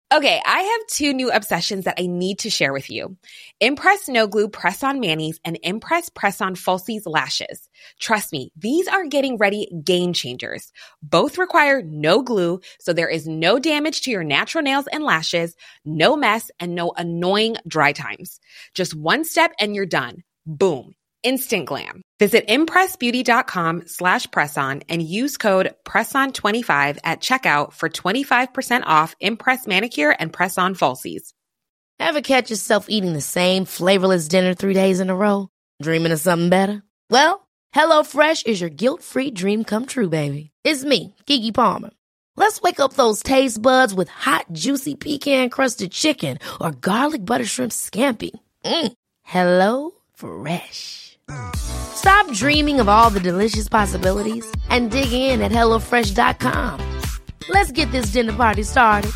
Okay, I have two new obsessions that I need to share with you. Impress No Glue Press-On Manis and Impress Press-On Falsies Lashes. Trust me, these are getting ready game changers. Both require no glue, so there is no damage to your natural nails and lashes, no mess, and no annoying dry times. Just one step and you're done. Boom. Instant glam. Visit impressbeauty.com/presson and use code PRESSON25 at checkout for 25% off Impress Manicure and Press-On Falsies. Ever catch yourself eating the same flavorless dinner 3 days in a row? Dreaming of something better? Well, HelloFresh is your guilt-free dream come true, baby. It's me, Keke Palmer. Let's wake up those taste buds with hot, juicy pecan-crusted chicken or garlic butter shrimp scampi. Hello Fresh. Stop dreaming of all the delicious possibilities and dig in at HelloFresh.com. Let's get this dinner party started.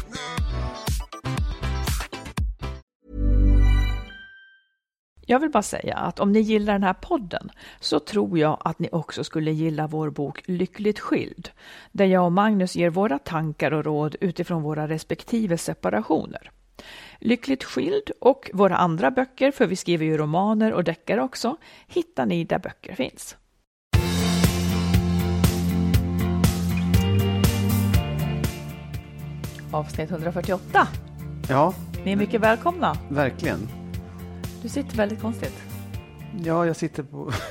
Jag vill bara säga att om ni gillar den här podden så tror jag att ni också skulle gilla vår bok Lyckligt skild, där jag och Magnus ger våra tankar och råd utifrån våra respektive separationer. Lyckligt skild och våra andra böcker, för vi skriver ju romaner och deckare också, hittar ni där böcker finns. Avsnitt 148. Ja. Ni är mycket välkomna. Verkligen. Du sitter väldigt konstigt. Ja, jag sitter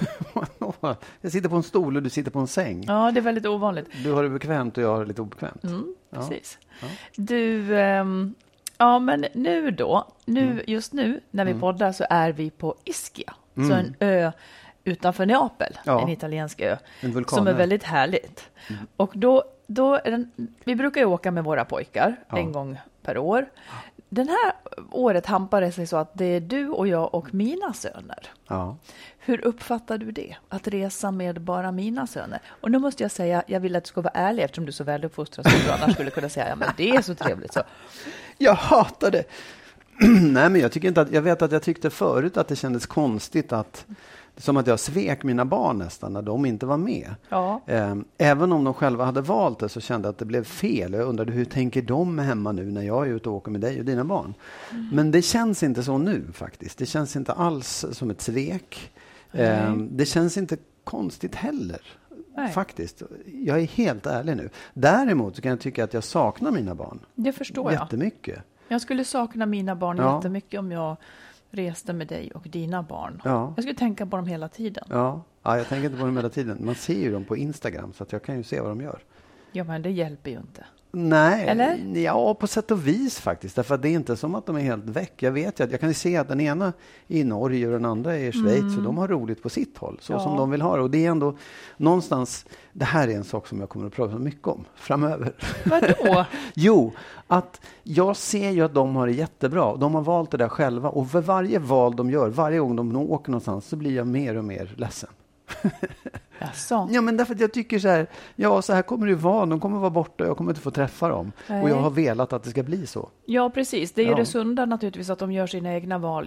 på en stol och du sitter på en säng. Ja, det är väldigt ovanligt. Du har det bekvämt och jag har det lite obekvämt. Precis. Ja. Du, ja men nu då, just nu när vi poddar så är vi på Ischia. Så en ö utanför Neapel, en italiensk ö, som är väldigt härligt. Och då är den, vi brukar ju åka med våra pojkar en gång per år. Den här året hampar det sig så att det är du och jag och mina söner. Ja. Hur uppfattar du det? Att resa med bara mina söner? Och nu måste jag säga, jag vill att du ska vara ärlig eftersom du är så väluppfostrad som du annars skulle kunna säga, ja men det är så trevligt så. Jag hatar det. Nej, men jag tycker inte att, jag vet att jag tyckte förut att det kändes konstigt att, som att jag svek mina barn nästan när de inte var med. Ja. Även om de själva hade valt det så kände jag att det blev fel. Jag undrade hur tänker de hemma nu när jag är ute och åker med dig och dina barn. Men det känns inte så nu faktiskt. Det känns inte alls som ett svek. Det känns inte konstigt heller. Nej. Faktiskt. Jag är helt ärlig nu. Däremot så kan jag tycka att jag saknar mina barn. Det förstår jag. Jättemycket. Jag skulle sakna mina barn jättemycket om jag reste med dig och dina barn. Ja. Jag skulle tänka på dem hela tiden. Ja, jag tänker inte på dem hela tiden. Man ser ju dem på Instagram så att jag kan ju se vad de gör. Ja, men det hjälper ju inte. Nej, eller? Ja, på sätt och vis faktiskt. Därför att det är inte som att de är helt väck. Jag vet ju att jag kan se att den ena är i Norge och den andra är i Schweiz. Så de har roligt på sitt håll, så som de vill ha det. Och det är ändå någonstans, det här är en sak som jag kommer att prata mycket om framöver. Vadå? Jo, att jag ser ju att de har det jättebra. De har valt det där själva. Och för varje val de gör, varje gång de åker någonstans så blir jag mer och mer ledsen. Jaså? Ja, men därför att jag tycker så här kommer det vara. De kommer vara borta och jag kommer inte få träffa dem. Nej. Och jag har velat att det ska bli så. Ja, precis. Det är ju det sunda naturligtvis att de gör sina egna val.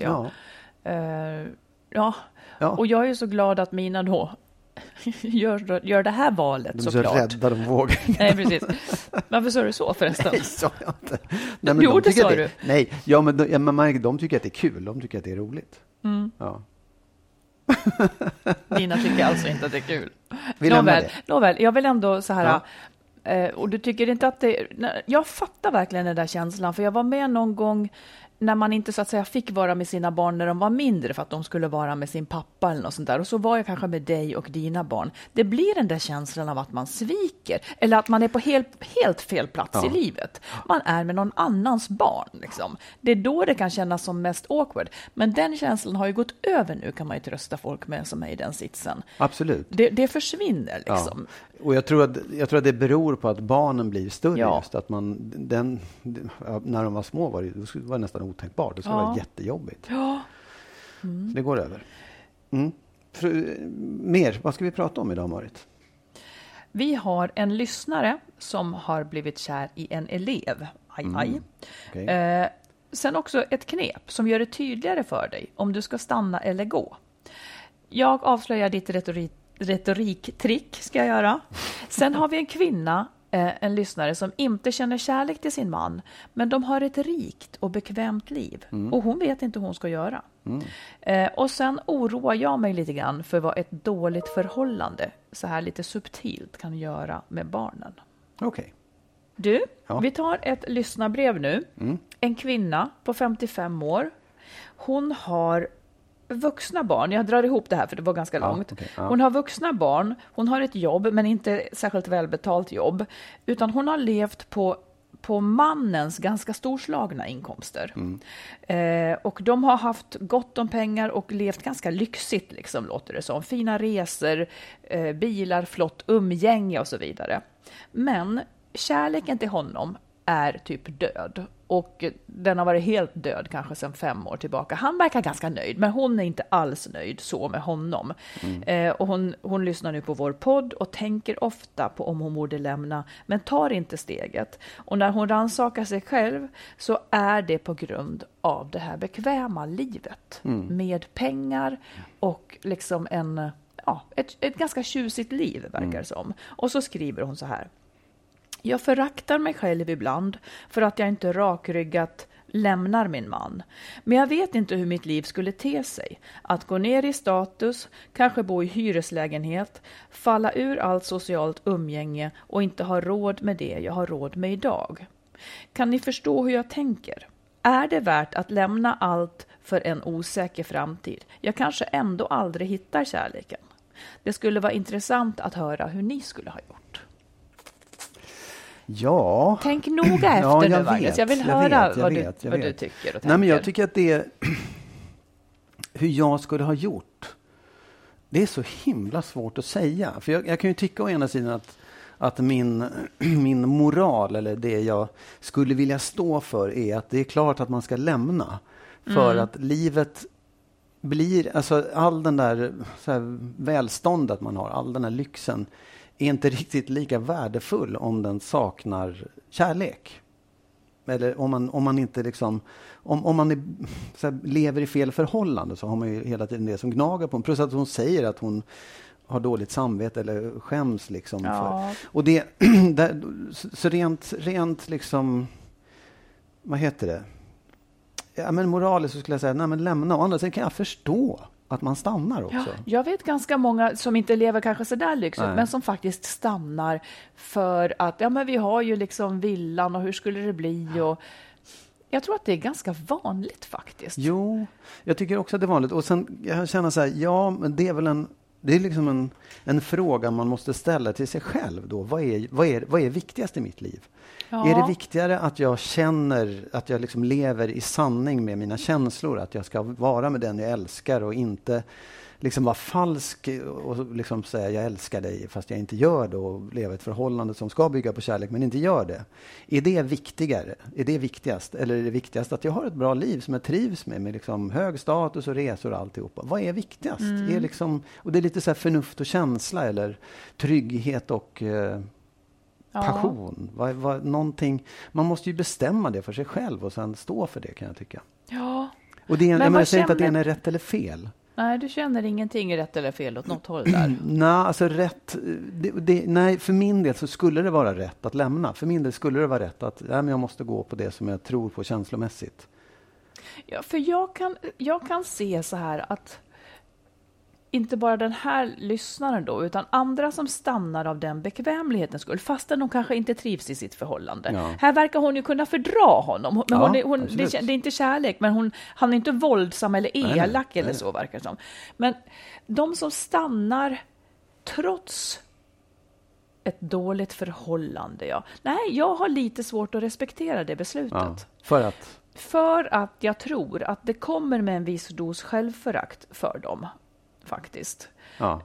Ja. Och jag är ju så glad att mina då gör det här valet såklart. De är så rädda de vågar. Nej, precis. Varför sa du så förresten? Nej, sa jag inte. Nej, men jo, det sa du. Nej, men de tycker att det är kul. De tycker att det är roligt. Ja. Dina tycker alltså inte att det är kul. Nåväl, jag vill ändå så här. Och du tycker inte att det... Jag fattar verkligen den där känslan. För jag var med någon gång när man inte så att säga fick vara med sina barn när de var mindre för att de skulle vara med sin pappa eller något sånt där. Och så var jag kanske med dig och dina barn. Det blir den där känslan av att man sviker. Eller att man är på helt fel plats i livet. Man är med någon annans barn. Liksom. Det är då det kan kännas som mest awkward. Men den känslan har ju gått över nu, kan man ju trösta folk med som är i den sitsen. Absolut. Det försvinner liksom. Ja. Och jag tror att det beror på att barnen blir större. Just att när de var små var det nästan otänkbart. Det skulle vara jättejobbigt. Ja. Så det går över. Mer, vad ska vi prata om idag, Marit? Vi har en lyssnare som har blivit kär i en elev. Aj. Okay. Sen också ett knep som gör det tydligare för dig om du ska stanna eller gå. Jag avslöjar ditt retoriktrick ska jag göra. Sen har vi en kvinna en lyssnare som inte känner kärlek till sin man, men de har ett rikt och bekvämt liv. Och hon vet inte hur hon ska göra. Och sen oroar jag mig lite grann för vad ett dåligt förhållande, så här lite subtilt, kan göra med barnen. Okej. Du, vi tar ett lyssnarbrev nu. En kvinna på 55 år. Hon har vuxna barn. Jag drar ihop det här för det var ganska långt. Okay, Hon har vuxna barn. Hon har ett jobb, men inte särskilt välbetalt jobb. Utan hon har levt på mannens ganska storslagna inkomster. Och de har haft gott om pengar och levt ganska lyxigt, liksom, låter det som. Fina resor, bilar, flott umgänge och så vidare. Men kärleken till honom är typ död. Och den har varit helt död kanske sedan 5 år tillbaka. Han verkar ganska nöjd, men hon är inte alls nöjd så med honom. Och hon lyssnar nu på vår podd och tänker ofta på om hon borde lämna, men tar inte steget. Och när hon rannsakar sig själv så är det på grund av det här bekväma livet. Med pengar och liksom ett ganska tjusigt liv, verkar det som. Och så skriver hon så här. Jag föraktar mig själv ibland för att jag inte rakryggat lämnar min man. Men jag vet inte hur mitt liv skulle te sig. Att gå ner i status, kanske bo i hyreslägenhet, falla ur allt socialt umgänge och inte ha råd med det jag har råd med idag. Kan ni förstå hur jag tänker? Är det värt att lämna allt för en osäker framtid? Jag kanske ändå aldrig hittar kärleken. Det skulle vara intressant att höra hur ni skulle ha gjort. Ja. Tänk noga efter nu, Magnus. Jag vill höra vad du tycker och tänker. Nej, men jag tycker att det är hur jag skulle ha gjort. Det är så himla svårt att säga. För jag kan ju tycka å ena sidan att min moral, eller det jag skulle vilja stå för, är att det är klart att man ska lämna. För att livet blir, alltså all den där så här, välståndet man har, all den här lyxen är inte riktigt lika värdefull om den saknar kärlek. Eller om man inte liksom, om man är, så här, lever i fel förhållande, så har man ju hela tiden det som gnager på en. Plus att hon säger att hon har dåligt samvete eller skäms liksom för. Och det så rent liksom, vad heter det? Ja, men moraliskt så skulle jag säga, nej men lämna. Och andra sidan kan jag förstå att man stannar också. Ja, jag vet ganska många som inte lever kanske så där lyxigt, men som faktiskt stannar för att men vi har ju liksom villan och hur skulle det bli? Och jag tror att det är ganska vanligt faktiskt. Jo, jag tycker också att det är vanligt. Och sen jag känner så här, men det är väl det är liksom en fråga man måste ställa till sig själv då. Vad är viktigast i mitt liv? Ja. Är det viktigare att jag känner att jag liksom lever i sanning med mina känslor? Att jag ska vara med den jag älskar och inte liksom vara falsk och liksom säga jag älskar dig fast jag inte gör det, och leva ett förhållande som ska bygga på kärlek men inte gör det. Är det viktigare? Är det viktigast? Eller är det viktigast att jag har ett bra liv som jag trivs med liksom hög status och resor och alltihopa? Vad är viktigast? Är liksom, och det är lite så här förnuft och känsla eller trygghet och passion. Någonting, man måste ju bestämma det för sig själv och sen stå för det, kan jag tycka. Ja. Och det är, jag säger inte att det är rätt eller fel. Nej, du känner ingenting är rätt eller fel åt något håll där? Nej, alltså rätt. Nej, för min del så skulle det vara rätt att lämna. För min del skulle det vara rätt att men jag måste gå på det som jag tror på känslomässigt. Ja, för jag kan se så här att inte bara den här lyssnaren då, utan andra som stannar av den bekvämlighetens skull, fastän de kanske inte trivs i sitt förhållande. Ja. Här verkar hon ju kunna fördra honom. Men det är inte kärlek, men han är inte våldsam eller elak eller så, verkar det som. Men de som stannar trots ett dåligt förhållande, nej, jag har lite svårt att respektera det beslutet. Ja, för att jag tror att det kommer med en viss dos självförakt för dem. Faktiskt. Ja.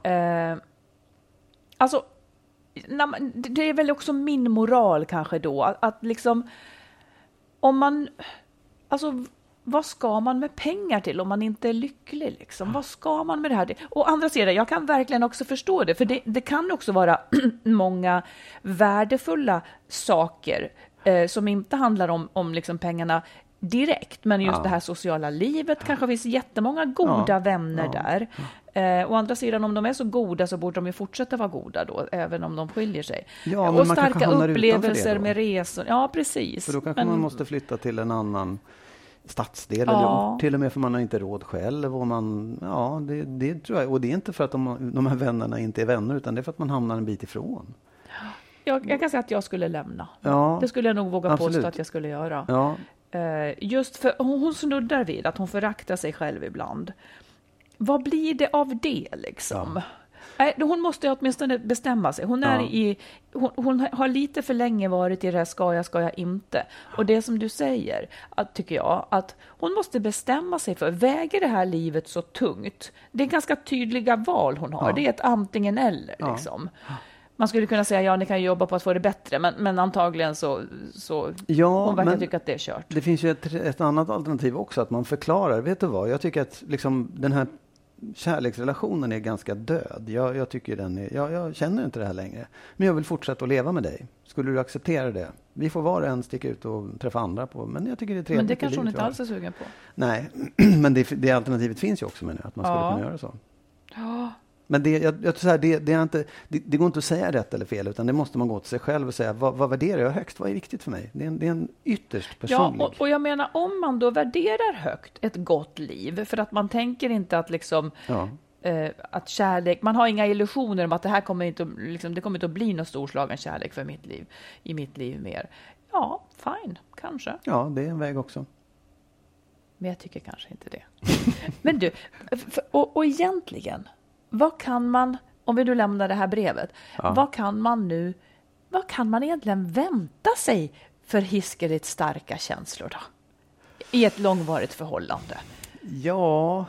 Alltså, det är väl också min moral kanske då. Att liksom, om man, alltså, vad ska man med pengar till om man inte är lycklig? Liksom? Vad ska man med det här? Och andra sidan, jag kan verkligen också förstå det. För det kan också vara många värdefulla saker som inte handlar om liksom pengarna direkt, men just det här sociala livet, kanske finns jättemånga goda vänner där. Å andra sidan, om de är så goda så borde de ju fortsätta vara goda då, även om de skiljer sig. Ja, och men man starka kanske hamnar upplevelser det med resor. Ja, precis. För då kanske man måste flytta till en annan stadsdel eller till och med för man har inte råd själv. Och det tror jag. Och det är inte för att de här vännerna inte är vänner, utan det är för att man hamnar en bit ifrån. Jag kan säga att jag skulle lämna. Ja, det skulle jag nog våga absolut. påstå att jag skulle göra. Ja. Just för hon snuddar vid att hon föraktar sig själv ibland. Vad blir det av det liksom? Hon måste åtminstone bestämma sig. Hon har lite för länge varit i det här ska jag inte. Och det som du säger, tycker jag, att hon måste bestämma sig för, väger det här livet så tungt? Det är ganska tydliga val hon har. Det är ett antingen eller liksom. Man skulle kunna säga, ni kan jobba på att få det bättre, men antagligen så hon verkar tycka att det är kört. Det finns ju ett annat alternativ också, att man förklarar, vet du vad, jag tycker att liksom, den här kärleksrelationen är ganska död. Jag tycker jag känner inte det här längre, men jag vill fortsätta att leva med dig. Skulle du acceptera det? Vi får var och en sticka ut och träffa andra på, men jag tycker det är trevligt. Men det kanske hon inte alls är sugen på. Nej, men det alternativet finns ju också, menar jag, att man skulle kunna göra så. Ja. Men det går inte att säga rätt eller fel, utan det måste man gå till sig själv och säga, vad värderar jag högst? Vad är viktigt för mig? Det är en ytterst personlig. Ja, och jag menar, om man då värderar högt ett gott liv, för att man tänker inte att liksom att kärlek, man har inga illusioner om att det här kommer inte att bli någon storslagen kärlek för i mitt liv mer. Ja, fine, kanske. Ja, det är en väg också. Men jag tycker kanske inte det. Men du, och egentligen, vad kan man, om vi nu lämnar det här brevet, vad kan man egentligen vänta sig för hiskeligt starka känslor då? I ett långvarigt förhållande? Ja.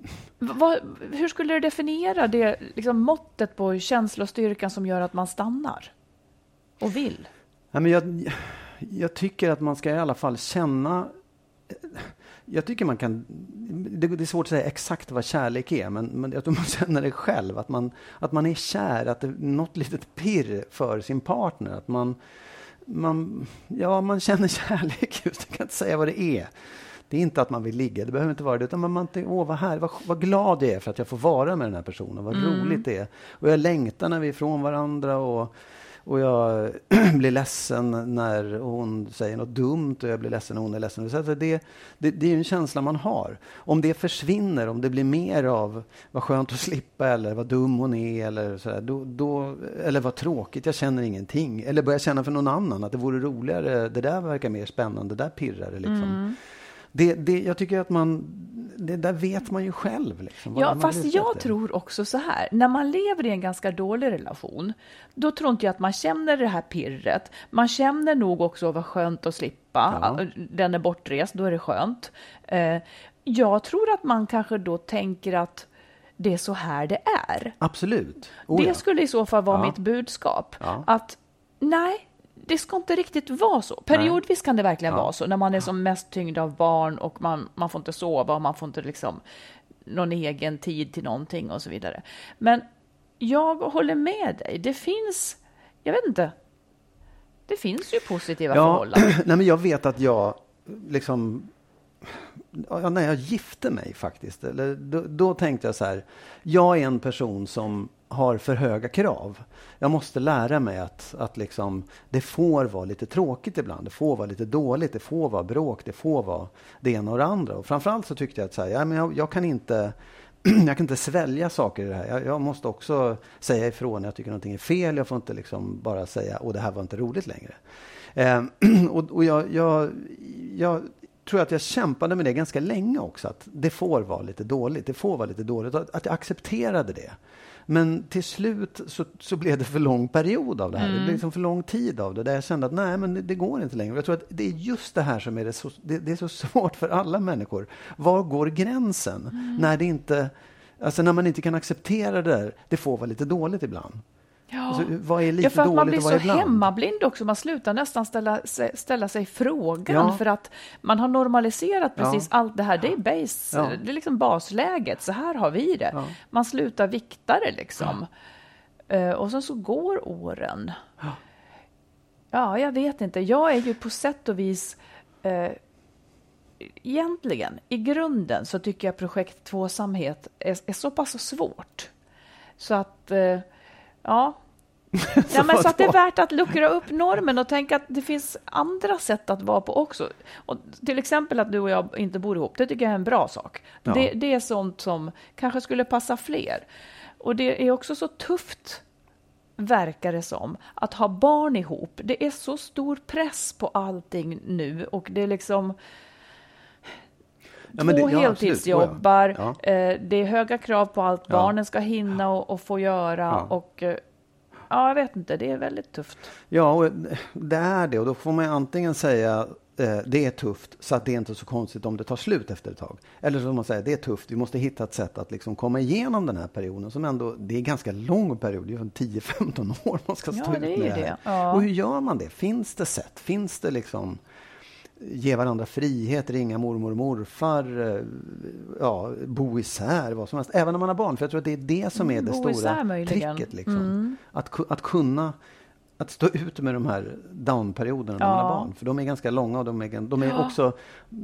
Hur skulle du definiera det liksom, måttet på känslostyrkan som gör att man stannar och vill? Ja, men jag tycker att man ska i alla fall känna. Jag tycker man kan. Det är svårt att säga exakt vad kärlek är, men jag tror man känner det själv, att man är kär, att det är något litet pirr för sin partner, att man känner kärlek, just, jag kan inte säga vad det är. Det är inte att man vill ligga, det behöver inte vara det, utan man tänker, vad glad jag är för att jag får vara med den här personen, vad roligt det är. Och jag längtar när vi är ifrån varandra, och jag blir ledsen när hon säger något dumt, och jag blir ledsen när hon är ledsen. Så det är ju en känsla man har. Om det försvinner, om det blir mer av vad skönt att slippa, eller vad dum hon är, eller sådär, eller vad tråkigt, jag känner ingenting. Eller börjar känna för någon annan att det vore roligare, det där verkar mer spännande, det där pirrar det liksom. Jag tycker att det där vet man ju själv. Liksom, ja, fast jag tror också så här. När man lever i en ganska dålig relation, då tror inte jag att man känner det här pirret. Man känner nog också vad skönt att slippa. Ja. Den är bortrest, då är det skönt. Jag tror att man kanske då tänker att det är så här det är. Absolut. Det skulle i så fall vara mitt budskap. Ja. Att nej, det ska inte riktigt vara så. Periodvis kan det verkligen vara så. När man är som mest tyngd av barn och man får inte sova och man får inte liksom någon egen tid till någonting och så vidare. Men jag håller med dig. Det finns, jag vet inte, det finns ju positiva förhållanden. Nej, men jag vet att jag liksom, när jag gifte mig faktiskt, då tänkte jag så här, jag är en person som har för höga krav. Jag måste lära mig att liksom, det får vara lite tråkigt ibland. Det får vara lite dåligt. Det får vara bråk. Det får vara det ena och det andra. Och framförallt så tyckte jag att så här, jag kan inte svälja saker i det här. Jag måste också säga ifrån när jag tycker någonting är fel. Jag får inte liksom bara säga, det här var inte roligt längre. Och jag tror att jag kämpade med det ganska länge också. Att det får vara lite dåligt. Det får vara lite dåligt. Att jag accepterade det. Men till slut så blev det för lång period av det här. Det blev liksom för lång tid av det. Där jag kände att nej, men det går inte längre. Jag tror att det är just det här som är det är så svårt för alla människor. Var går gränsen? När man inte kan acceptera det där. Det får vara lite dåligt ibland. Ja. Alltså, vad är lite för att dåligt man blir och vad så är ibland? hemmablind också. Man slutar nästan ställa sig frågan för att man har normaliserat precis allt det här. Det är base, det är liksom basläget. Så här har vi det. Ja. Man slutar vikta det liksom. Och sen så går åren. Ja, jag vet inte. Jag är ju på sätt och vis egentligen, i grunden så tycker jag projekt tvåsamhet är så pass svårt. Så att, ja... Ja, men så att det är värt att luckra upp normen och tänka att det finns andra sätt att vara på också. Och till exempel att du och jag inte bor ihop, det tycker jag är en bra sak. Ja. Det är sånt som kanske skulle passa fler. Och det är också så tufft, verkar det som, att ha barn ihop. Det är så stor press på allting nu och det är liksom... Två heltidsjobbar, det är höga krav på allt barnen ska hinna och få göra och... Ja, jag vet inte. Det är väldigt tufft. Ja, och det är det. Och då får man antingen säga det är tufft så att det är inte så konstigt om det tar slut efter ett tag. Eller så får man säga det är tufft. Vi måste hitta ett sätt att liksom komma igenom den här perioden som ändå, det är en ganska lång period. Det är 10-15 år man ska stå ut med det här. Ja. Och hur gör man det? Finns det sätt? Finns det liksom... Ge varandra frihet, ringa mormor och morfar, bo isär, vad som helst. Även när man har barn, för jag tror att det är det som är det stora tricket. Liksom. Att kunna att stå ut med de här down-perioderna när man har barn. För de är ganska långa och de är också...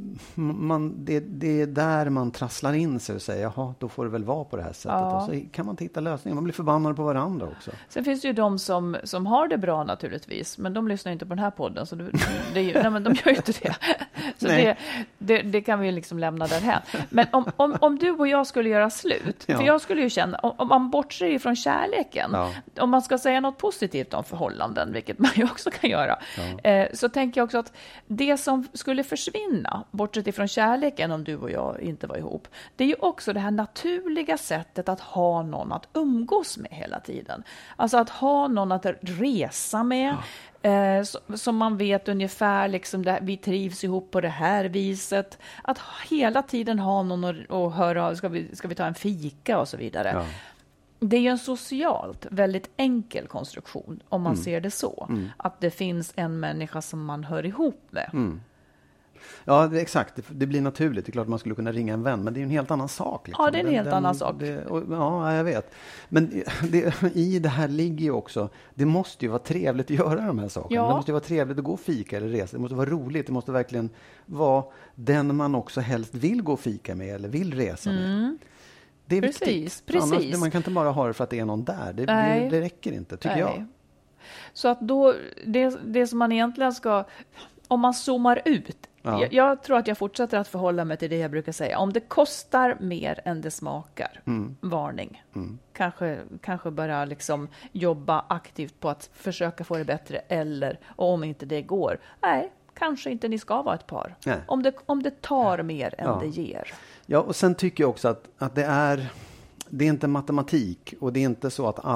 det är där man trasslar in sig och säger, jaha, då får det väl vara på det här sättet. Och så kan man hitta lösningar. Man blir förbannad på varandra också. Sen finns det ju de som har det bra naturligtvis, men de lyssnar inte på den här podden. Så nej, men de gör ju inte det. Så det kan vi liksom lämna därhän. Men om du och jag skulle göra slut, för jag skulle ju känna, om man bortser ifrån kärleken, om man ska säga något positivt om förhållanden, vilket man ju också kan göra, så tänker jag också att det som skulle försvinna, bortsett ifrån kärleken om du och jag inte var ihop, det är ju också det här naturliga sättet att ha någon att umgås med hela tiden. Alltså att ha någon att resa med, som man vet ungefär liksom vi trivs ihop på det här viset. Att hela tiden ha någon att höra, ska vi ta en fika och så vidare. Ja. Det är ju en socialt väldigt enkel konstruktion om man ser det så. Att det finns en människa som man hör ihop med. Ja, exakt. Det blir naturligt. Det är klart man skulle kunna ringa en vän, men det är en helt annan sak. Liksom. Ja, det är en helt annan sak. Ja, jag vet. Men i det här ligger ju också, det måste ju vara trevligt att göra de här sakerna. Ja. Det måste ju vara trevligt att gå och fika eller resa. Det måste vara roligt. Det måste verkligen vara den man också helst vill gå och fika med eller vill resa med. Det är viktigt. Precis. Annars, man kan inte bara ha det för att det är någon där. Det räcker inte, tycker jag. Så att då, det som man egentligen ska... Om man zoomar ut. Ja. Jag tror att jag fortsätter att förhålla mig till det jag brukar säga. Om det kostar mer än det smakar, varning. Kanske börja liksom jobba aktivt på att försöka få det bättre. Eller, och om inte det går, kanske inte ni ska vara ett par. Om det tar mer än det ger. Ja, och sen tycker jag också att det är inte matematik. Och det är inte så att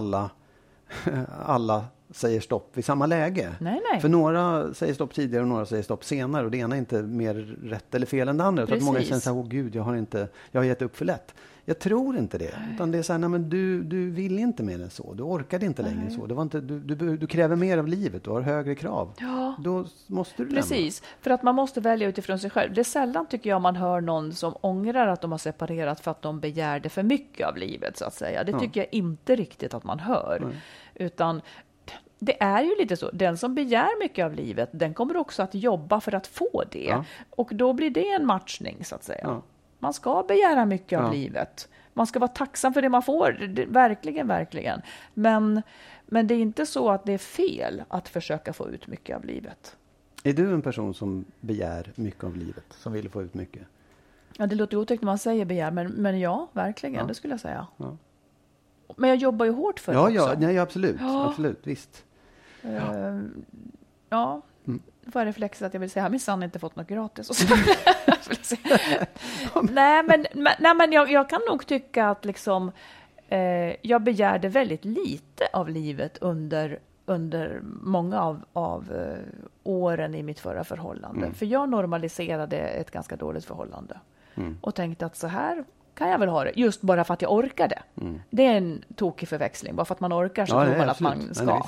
alla säger stopp vid samma läge. Nej. För några säger stopp tidigare och några säger stopp senare. Och det ena är inte mer rätt eller fel än det andra. Så att många känner så här, gud, jag har gett upp för lätt. Jag tror inte det. Utan det är så här, nej, men du vill inte mer än så. Du orkade inte längre så. Det var inte, du kräver mer av livet. Du har högre krav. Ja. Då måste du lämna. Precis. För att man måste välja utifrån sig själv. Det är sällan, tycker jag, man hör någon som ångrar att de har separerat för att de begärde för mycket av livet, så att säga. Det tycker jag inte riktigt att man hör. Utan det är ju lite så. Den som begär mycket av livet, den kommer också att jobba för att få det. Ja. Och då blir det en matchning, så att säga. Ja. Man ska begära mycket av livet. Man ska vara tacksam för det man får. Verkligen, verkligen. Men det är inte så att det är fel att försöka få ut mycket av livet. Är du en person som begär mycket av livet? Som vill få ut mycket? Ja, det låter otäckt när man säger begär. Men ja, verkligen. Det skulle jag säga. Ja. Men jag jobbar ju hårt för det också. Nej, absolut. Absolut, visst. Det var reflex att jag vill säga, jag har minsann inte fått något gratis. Och så. Nej, men jag kan nog tycka att liksom, jag begärde väldigt lite av livet under många av åren i mitt förra förhållande. För jag normaliserade ett ganska dåligt förhållande. Och tänkte att så här kan jag väl ha det, just bara för att jag orkade. Det är en tokig förväxling. Bara för att man orkar så tror man att man ska.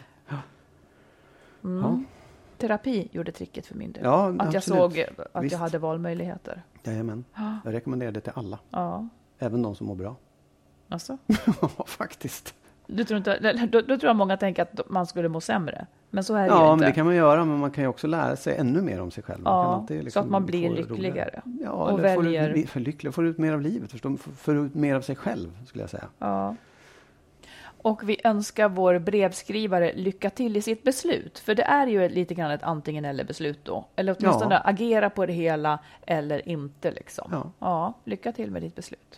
Terapi gjorde tricket för min del. Att jag såg att jag hade valmöjligheter. Jajamän. Jag rekommenderar det till alla. Även de som mår bra. Alltså? Faktiskt. Du tror inte, då tror jag många tänker att man skulle må sämre. Men så är det ju Ja, inte. men det kan man göra, men man kan ju också lära sig ännu mer om sig själv. Man kan alltid så liksom att man blir få lyckligare. Ja, och eller väljer... får ut mer av livet, får ut mer av sig själv, skulle jag säga. Ja. Och vi önskar vår brevskrivare lycka till i sitt beslut. För det är ju lite grann ett antingen eller beslut då. Eller åtminstone agera på det hela eller inte. Liksom. Ja, lycka till med ditt beslut.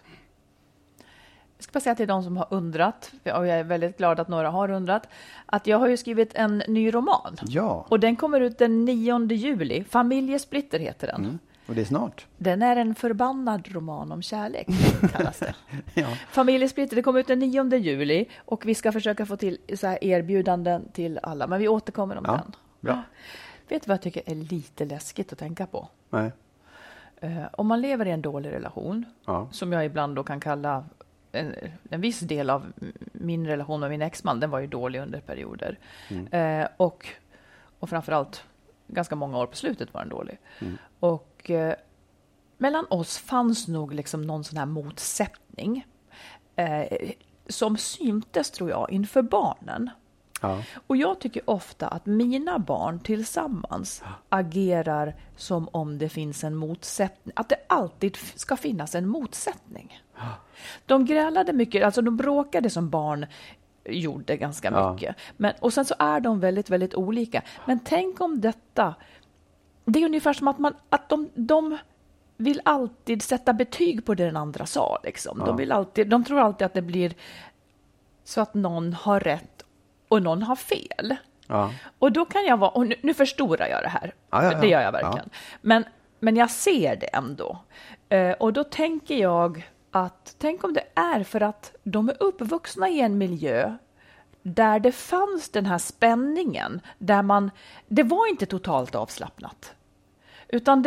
Jag ska bara säga till de som har undrat, och jag är väldigt glad att några har undrat, att jag har ju skrivit en ny roman. Ja. Och den kommer ut den 9 juli. Familjesplitter heter den. Mm. Och det är snart. Den är en förbannad roman om kärlek, kallas det. Ja. Familjesplitter, det kommer ut den 9 juli och vi ska försöka få till så här erbjudanden till alla. Men vi återkommer om den. Bra. Vet du vad jag tycker är lite läskigt att tänka på? Nej. Om man lever i en dålig relation, som jag ibland då kan kalla en viss del av min relation med min exman, den var ju dålig under perioder. Och framförallt ganska många år på slutet var den dålig. Och mellan oss fanns nog liksom någon sån här motsättning som syntes, tror jag, inför barnen. Ja. Och jag tycker ofta att mina barn tillsammans agerar som om det finns en motsättning. Att det alltid ska finnas en motsättning. De grälade mycket, alltså de bråkade som barn gjorde ganska mycket. Och sen så är de väldigt, väldigt olika. Men tänk om detta, det är ungefär som att de vill alltid sätta betyg på det den andra sa. Liksom. De tror alltid att det blir så att någon har rätt och någon har fel. Ja. Och då kan jag vara, och nu förstorar jag det här. Det gör jag verkligen. Ja. Men jag ser det ändå. Och då tänker jag att, tänk om det är för att de är uppvuxna i en miljö där det fanns den här spänningen, där det var inte totalt avslappnat. Utan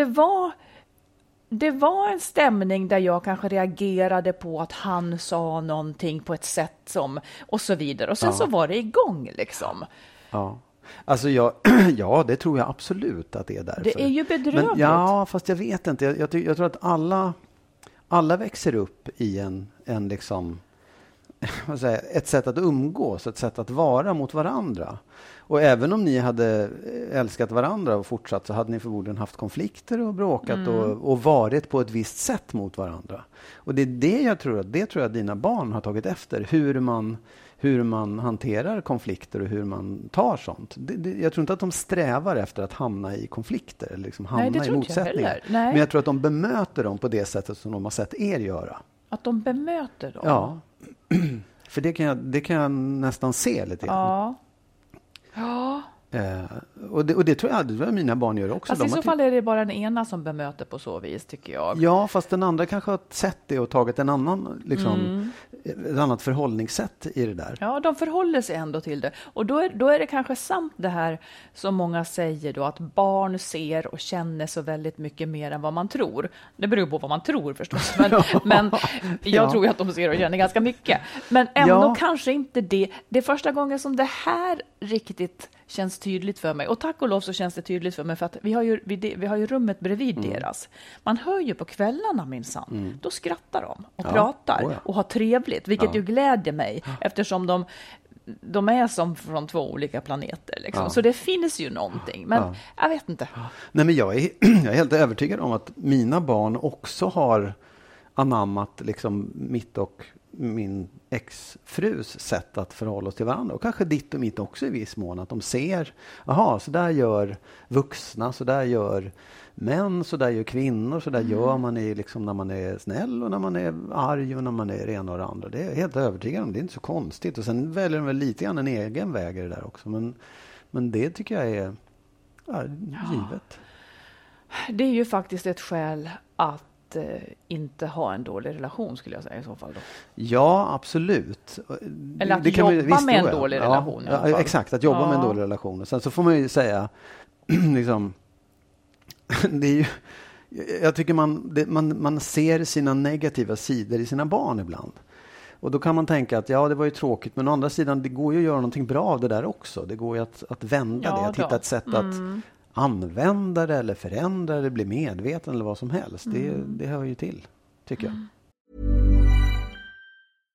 det var en stämning där jag kanske reagerade på att han sa någonting på ett sätt som, och så vidare. Och sen så var det igång liksom. Ja. Alltså det tror jag absolut att det är därför. Det är ju bedrövligt. Men, fast jag vet inte. Jag tror att alla växer upp i en liksom, vad säger, ett sätt att umgås, ett sätt att vara mot varandra. Och även om ni hade älskat varandra och fortsatt, så hade ni förmodligen haft konflikter och bråkat och varit på ett visst sätt mot varandra. Och det är det jag tror att dina barn har tagit efter, hur man hanterar konflikter och hur man tar sånt. Jag tror inte att de strävar efter att hamna i konflikter eller liksom hamna i motsättningar. Men jag tror att de bemöter dem på det sättet som de har sett er göra. Att de bemöter dem? Ja. För det kan jag nästan se lite grann. Ja. Och det tror jag mina barn gör också. Fast i så fall är det bara den ena som bemöter på så vis, tycker jag. Ja, fast den andra kanske har sett det och tagit ett annat förhållningssätt i det där. Ja, de förhåller sig ändå till det. Och då är det kanske sant det här som många säger då, att barn ser och känner så väldigt mycket mer än vad man tror. Det beror på vad man tror förstås. Men jag tror att de ser och känner ganska mycket. Men ändå kanske inte det. Det är första gången som det här riktigt känns tydligt för mig. Och tack och lov så känns det tydligt för mig, för att vi har ju rummet bredvid deras. Man hör ju på kvällarna minsann. Då skrattar de och pratar och har trevligt, vilket ju gläder mig, eftersom de är som från 2 olika planeter. Liksom. Så det finns ju någonting. Men jag vet inte. Nej, men jag är helt övertygad om att mina barn också har anammat liksom mitt och min exfrus sätt att förhålla oss till varandra. Och kanske ditt och mitt också i viss mån. Att de ser, så där gör vuxna, så där gör män, så där gör kvinnor, så där gör man liksom när man är snäll och när man är arg och när man är ena och det andra. Det är helt övertygad om. Det är inte så konstigt. Och sen väljer de väl lite grann en egen väg i det där också. Men det tycker jag är givet. Det är ju faktiskt ett skäl att inte ha en dålig relation, skulle jag säga i så fall då. Ja, absolut. Eller att jobba med en dålig relation. Ja, exakt, att jobba med en dålig relation. Och sen så får man ju säga liksom, det är ju, jag tycker man ser sina negativa sidor i sina barn ibland. Och då kan man tänka att det var ju tråkigt, men å andra sidan, det går ju att göra någonting bra av det där också. Det går ju att vända det, att hitta ett sätt att använda det eller förändra det, bli medveten eller vad som helst. Det hör ju till, tycker jag.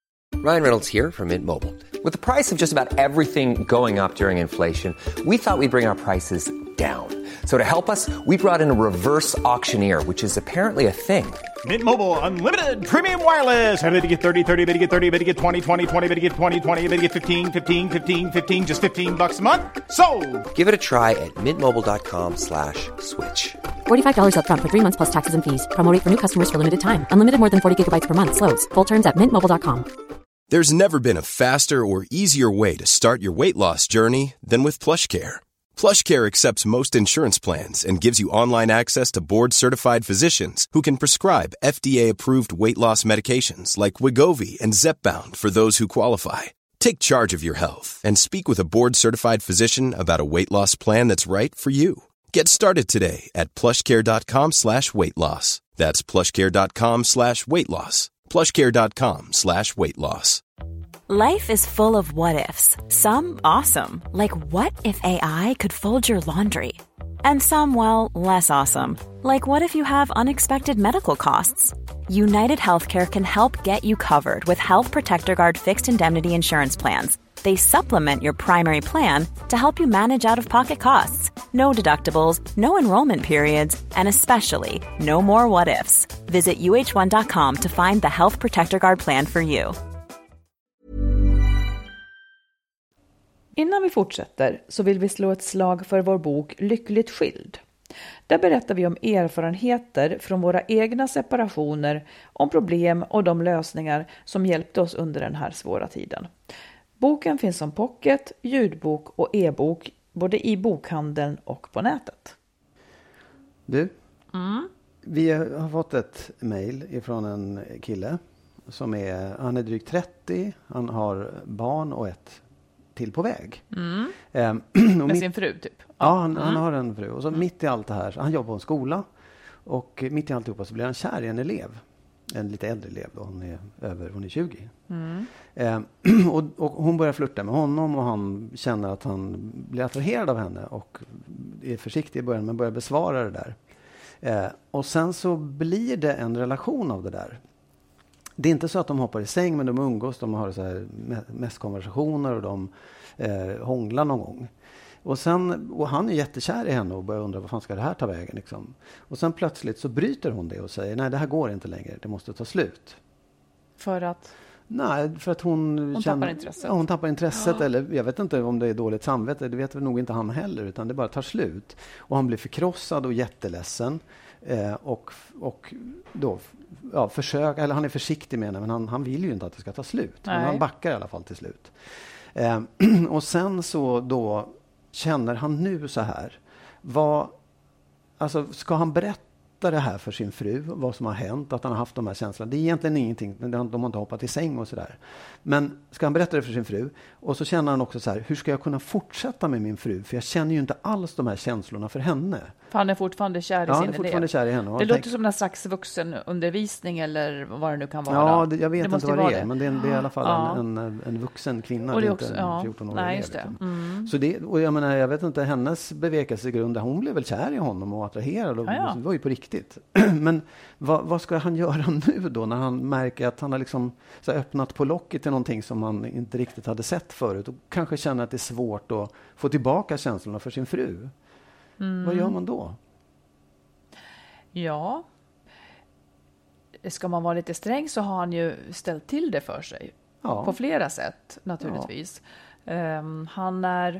Ryan Reynolds here from Mint Mobile. With the price of just about everything going up during inflation, we thought we'd bring our prices down. So to help us, we brought in a reverse auctioneer, which is apparently a thing. Mint Mobile Unlimited Premium Wireless. How to get 30, 30, bit to get 30, bit to get 20, 20, 20, bit to get 20, 20, bit to get 15, 15, 15, 15, just $15 a month? Sold! Give it a try at mintmobile.com/switch. $45 up front for 3 months plus taxes and fees. Promo rate for new customers for limited time. Unlimited more than 40 gigabytes per month. Slows full terms at mintmobile.com. There's never been a faster or easier way to start your weight loss journey than with PlushCare. PlushCare accepts most insurance plans and gives you online access to board-certified physicians who can prescribe FDA-approved weight loss medications like Wegovy and Zepbound for those who qualify. Take charge of your health and speak with a board-certified physician about a weight loss plan that's right for you. Get started today at plushcare.com/weightloss. That's plushcare.com/weightloss. plushcare.com/weightloss. Life is full of what-ifs. Some awesome, like what if AI could fold your laundry? And some, well, less awesome, like what if you have unexpected medical costs? United Healthcare can help get you covered with Health Protector Guard fixed indemnity insurance plans. They supplement your primary plan to help you manage out-of-pocket costs. No deductibles, no enrollment periods, and especially no more what-ifs. Visit uh1.com to find the Health Protector Guard plan for you. Innan vi fortsätter så vill vi slå ett slag för vår bok Lyckligt skild. Där berättar vi om erfarenheter från våra egna separationer, om problem och de lösningar som hjälpte oss under den här svåra tiden. Boken finns som pocket, ljudbok och e-bok, både i bokhandeln och på nätet. Du, vi har fått ett mejl ifrån en kille som han är drygt 30, han har barn och ett till på väg. Med sin fru typ? Ja, han har en fru. Och så mitt i allt det här, han jobbar på en skola. Och mitt i alltihopa så blir han kär i en elev. En lite äldre elev då, hon är 20. Och hon börjar flirta med honom och han känner att han blir attraherad av henne. Och är försiktig i början men börjar besvara det där. Och sen så blir det en relation av det där. Det är inte så att de hoppar i säng men de umgås, de har så här mest konversationer och de hånglar någon gång. Och han är jättekär i henne och börjar undra vad fan ska det här ta vägen liksom. Och sen plötsligt så bryter hon det och säger nej det här går inte längre, det måste ta slut. För att? Nej, för att hon tappar intresset. Ja, hon tappar intresset eller jag vet inte om det är dåligt samvete, det vet väl nog inte han heller utan det bara tar slut. Och han blir förkrossad och jätteledsen och då han är försiktig med henne men han vill ju inte att det ska ta slut. Nej. Men han backar i alla fall till slut. Och sen så då känner han nu så här. Ska han berätta det här för sin fru? Vad som har hänt? Att han har haft de här känslorna? Det är egentligen ingenting. De har inte hoppat i säng och sådär. Men ska han berätta det för sin fru? Och så känner han också så här. Hur ska jag kunna fortsätta med min fru? För jag känner ju inte alls de här känslorna för henne. För han är fortfarande kär i sin elev. Han är fortfarande kär i henne. Det låter som en slags vuxenundervisning eller vad det nu kan vara. Ja, jag vet inte vad det är. Men det är i alla fall en vuxen kvinna. Och det är också, inte en 14-årig nej, elev. just det. Så det, och jag menar, jag vet inte, hennes bevekelsegrund, hon blev väl kär i honom och attraherad. Och det var ju på riktigt. Men vad ska han göra nu då när han märker att han har liksom så öppnat på locket till någonting som han inte riktigt hade sett förut och kanske känner att det är svårt att få tillbaka känslorna för sin fru. Vad gör man då? Ja, ska man vara lite sträng så har han ju ställt till det för sig på flera sätt naturligtvis. Han är,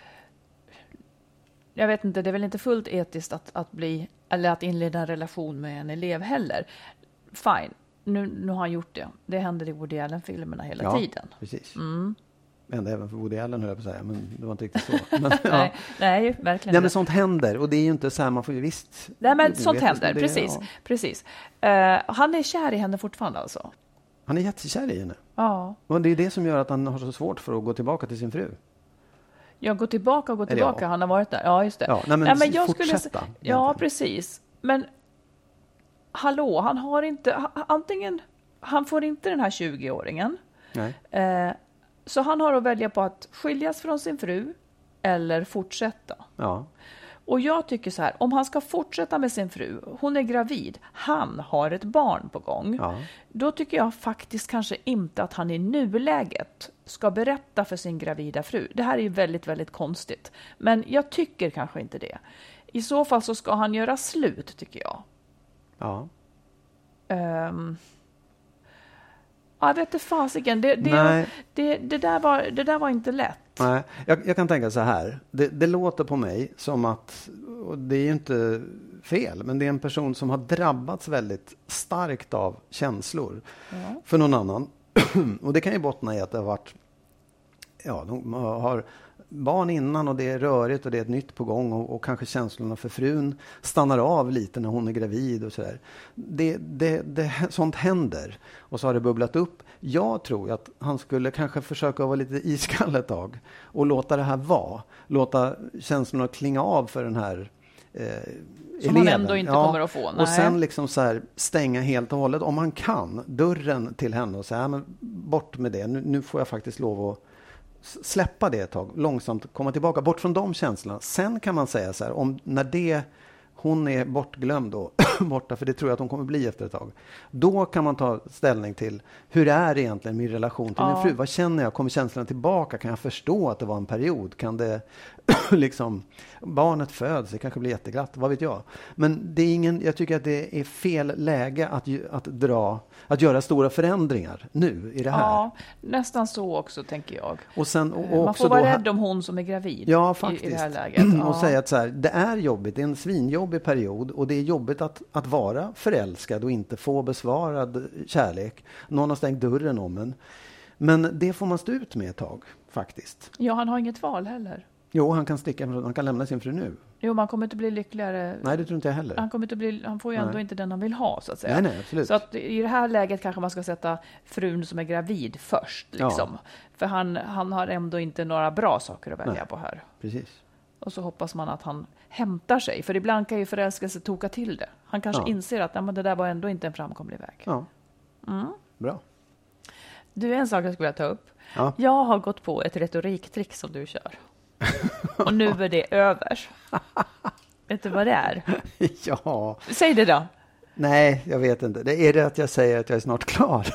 jag vet inte, det är väl inte fullt etiskt att inleda en relation med en elev heller. Fine, nu har han gjort det. Det händer i Woody Allen-filmerna hela tiden. Precis. Ända även för Woody Allen höll jag på att säga, men det var inte riktigt så. Men, nej, verkligen. Nej, men sånt händer och det är ju inte så här, man får ju visst. Nej, men sånt händer, precis. Han är kär i henne fortfarande alltså. Han är jättekär i henne. Ja. Och det är det som gör att han har så svårt för att gå tillbaka till sin fru. Ja, gå tillbaka. Han har varit där. Ja, just det. Ja, men jag fortsätta. Ja, precis. Men hallå, han har inte han får inte den här 20-åringen. Nej. Så han har att välja på att skiljas från sin fru eller fortsätta. Ja. Och jag tycker så här, om han ska fortsätta med sin fru, hon är gravid, han har ett barn på gång, då tycker jag faktiskt kanske inte att han i nuläget ska berätta för sin gravida fru. Det här är ju väldigt, väldigt konstigt. Men jag tycker kanske inte det. I så fall så ska han göra slut, tycker jag. Ja. Jag vet inte fasiken. Det där var inte lätt. Nej, jag kan tänka så här. Det låter på mig som att, och det är ju inte fel, men det är en person som har drabbats väldigt starkt av känslor för någon annan. Och det kan ju bottna i att det har varit, de har barn innan och det är rörigt och det är ett nytt på gång och kanske känslorna för frun stannar av lite när hon är gravid och sådär. Sånt händer. Och så har det bubblat upp. Jag tror att han skulle kanske försöka vara lite iskall ett tag och låta det här vara. Låta känslorna klinga av för den här som man ändå inte kommer att få. Nej. Och sen liksom så här stänga helt och hållet, om man kan, dörren till henne och säga, men bort med det. Nu får jag faktiskt lov att släppa det ett tag, långsamt komma tillbaka, bort från de känslorna. Sen kan man säga så här, när hon är bortglömd och borta, för det tror jag att hon kommer bli efter ett tag. Då kan man ta ställning till, hur är egentligen min relation till min fru? Vad känner jag? Kommer känslorna tillbaka? Kan jag förstå att det var en period? Kan det liksom, barnet föds, det kanske blir jätteglatt, vad vet jag. Men det är jag tycker att det är fel läge att göra stora förändringar nu i det här. Ja, nästan så också, tänker jag. Och sen, man får vara rädd om hon som är gravid i det här läget. Och säga att så här, det är jobbigt, det är en svinjobbig period och det är jobbigt att vara förälskad och inte få besvarad kärlek. Någon har stängt dörren om en. Men det får man stå ut med ett tag, faktiskt. Ja, han har inget val heller. Jo, han kan lämna sin fru nu. Jo, man kommer inte bli lyckligare. Nej, det tror inte jag heller. Han får ju ändå inte den han vill ha, så att säga. Nej, absolut. Så att i det här läget kanske man ska sätta frun som är gravid först, liksom. Ja. För han har ändå inte några bra saker att välja på här. Precis. Och så hoppas man att han hämtar sig. För ibland kan ju förälskelse toka till det. Han kanske inser att det där var ändå inte en framkomlig väg. Ja, bra. Du, en sak jag skulle vilja ta upp. Ja. Jag har gått på ett retoriktrick som du kör. Och nu är det över. Vet du vad det är? Ja. Säg det då. Nej, jag vet inte. Är det att jag säger att jag är snart klar?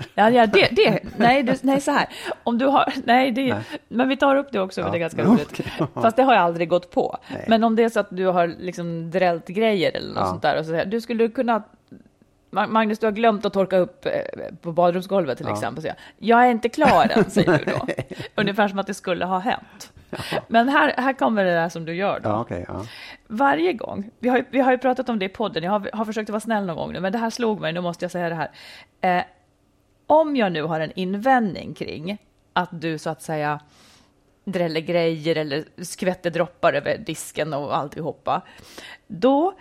Eller? Nej, så här. Om du har, men vi tar upp det också, för det är ganska roligt. Okay. Fast det har jag aldrig gått på. Nej. Men om det är så att du har liksom drällt grejer eller något sånt där, och så här, du skulle kunna, Magnus, du har glömt att torka upp på badrumsgolvet till exempel. Så jag är inte klar än, säger du då. Ungefär som att det skulle ha hänt. Men här kommer det där som du gör då. Varje gång, vi har ju pratat om det i podden, jag har försökt att vara snäll någon gång nu, men det här slog mig, nu måste jag säga det här. Om jag nu har en invändning kring att du så att säga dräller grejer eller skvätter droppar över disken och alltihopa, då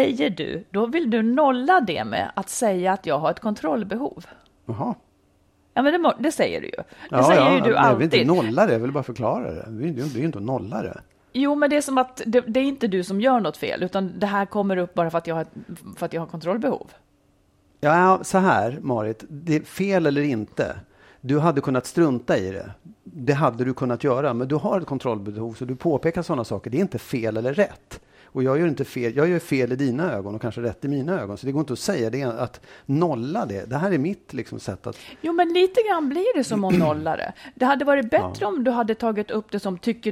vill du nolla det med att säga att jag har ett kontrollbehov. Jaha. Ja, men det säger du ju. Det säger ju du alltid. Jag vill inte nolla det, jag vill bara förklara det. Det är ju inte att nolla det. Jo, men det är som att det är inte du som gör något fel, utan det här kommer upp bara för att jag har kontrollbehov. Ja, så här, Marit. Det är fel eller inte. Du hade kunnat strunta i det. Det hade du kunnat göra, men du har ett kontrollbehov, så du påpekar sådana saker. Det är inte fel eller rätt. Och jag gör inte fel. Jag gör fel i dina ögon och kanske rätt i mina ögon. Så det går inte att säga det, att nolla det. Det här är mitt liksom sätt att... Jo, men lite grann blir det som att nolla det. Det hade varit bättre om du hade tagit upp det som, tycker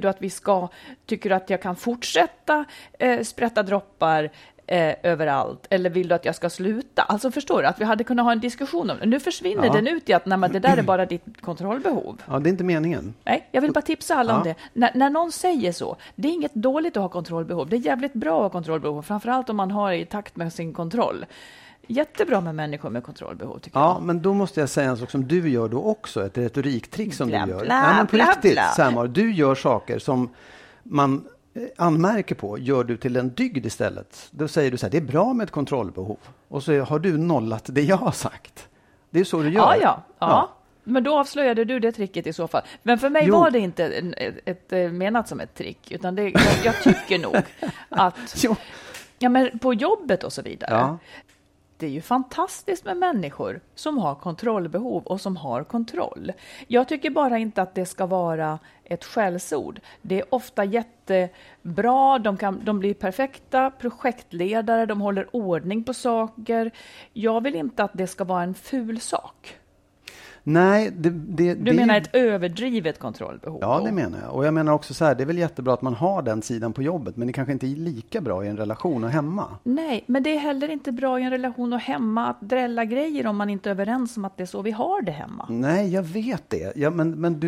du att jag kan fortsätta sprätta droppar överallt, eller vill du att jag ska sluta? Alltså, förstår du att vi hade kunnat ha en diskussion om det. Nu försvinner den ut i att det där är bara ditt kontrollbehov. Ja, det är inte meningen. Nej, jag vill bara tipsa alla om det. När någon säger så, det är inget dåligt att ha kontrollbehov. Det är jävligt bra att ha kontrollbehov, framförallt om man har i takt med sin kontroll. Jättebra med människor med kontrollbehov, tycker jag. Ja, men då måste jag säga en sak som du gör då också, ett retoriktrick som du gör. Nej, men på riktigt, Samar, du gör saker som man anmärker på, gör du till en dygd istället. Då säger du så här, det är bra med ett kontrollbehov. Och så har du nollat det jag har sagt. Det är så du gör. Ja. Men då avslöjade du det tricket i så fall. Men för mig var det inte ett menat som ett trick, utan jag tycker nog att men på jobbet och så vidare. det är ju fantastiskt med människor som har kontrollbehov och som har kontroll. Jag tycker bara inte att det ska vara ett skällsord. Det är ofta jättebra, de blir perfekta projektledare, de håller ordning på saker. Jag vill inte att det ska vara en ful sak. Nej, du menar ett överdrivet kontrollbehov? Ja, det menar jag. Och jag menar också så här, det är väl jättebra att man har den sidan på jobbet, men det kanske inte är lika bra i en relation och hemma. Nej, men det är heller inte bra i en relation och hemma att drälla grejer om man inte är överens om att det är så vi har det hemma. Nej, jag vet det. Ja, men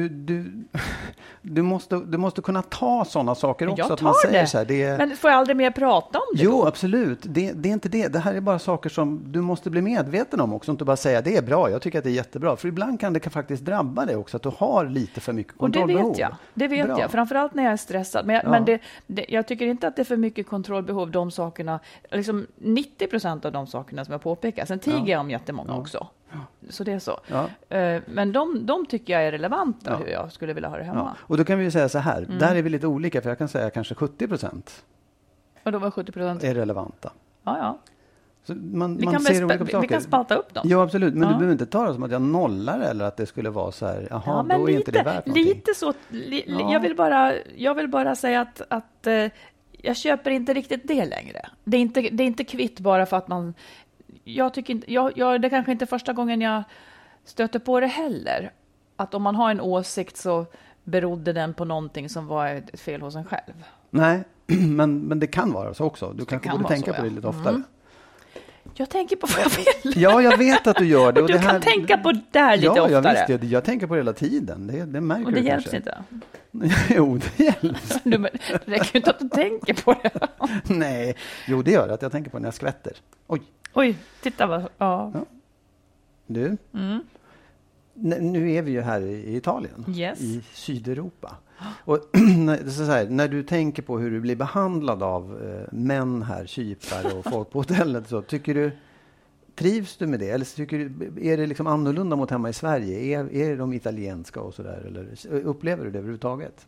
du måste kunna ta sådana saker också. Jag att man säger så här, Men får jag aldrig mer prata om det? Jo, då? absolut. Det är inte det. Det här är bara saker som du måste bli medveten om också. Inte bara säga det är bra, jag tycker att det är jättebra. För ibland kan det faktiskt drabba dig också att du har lite för mycket kontrollbehov. Och det vet jag. Framförallt när jag är stressad. Men jag tycker inte att det är för mycket kontrollbehov, de sakerna. Liksom 90% av de sakerna som jag påpekar. Sen tiger jag om jättemånga också. Så det är så. Ja. Men de tycker jag är relevanta hur jag skulle vilja ha det hemma. Ja. Och då kan vi ju säga så här. Där är vi lite olika, för jag kan säga kanske 70%. Och då var 70% är relevanta. Ja. Så man vi kan spalta upp dem. Ja, absolut. Men du behöver inte ta det som att jag nollar eller att det skulle vara så här, jaha, då är lite, inte det värt någonting. Lite så. Jag vill bara säga att jag köper inte riktigt det längre. Det är inte kvitt bara för att man... Jag tycker inte, det kanske inte är första gången jag stöter på det heller. Att om man har en åsikt så berodde den på någonting som var ett fel hos en själv. Nej, men det kan vara så också. Du kanske borde tänka på det lite oftare. Jag tänker på vad jag vill. Ja, jag vet att du gör det. Och du kan tänka på det här lite oftare. Ja, visst. Jag tänker på det hela tiden. Det märker och det du hjälps kanske. Inte? Jo, det hjälps. Det räcker inte att du tänker på det. Nej, jo, det gör det. Att jag tänker på när jag skvätter. Oj, titta vad... Ja. Du, nu är vi ju här i Italien. Yes. I Sydeuropa. Och så här, när du tänker på hur du blir behandlad av män här, kypare och folk på hotellet, så trivs du med det? Eller är det liksom annorlunda mot hemma i Sverige? Är de italienska och sådär? Eller upplever du det överhuvudtaget?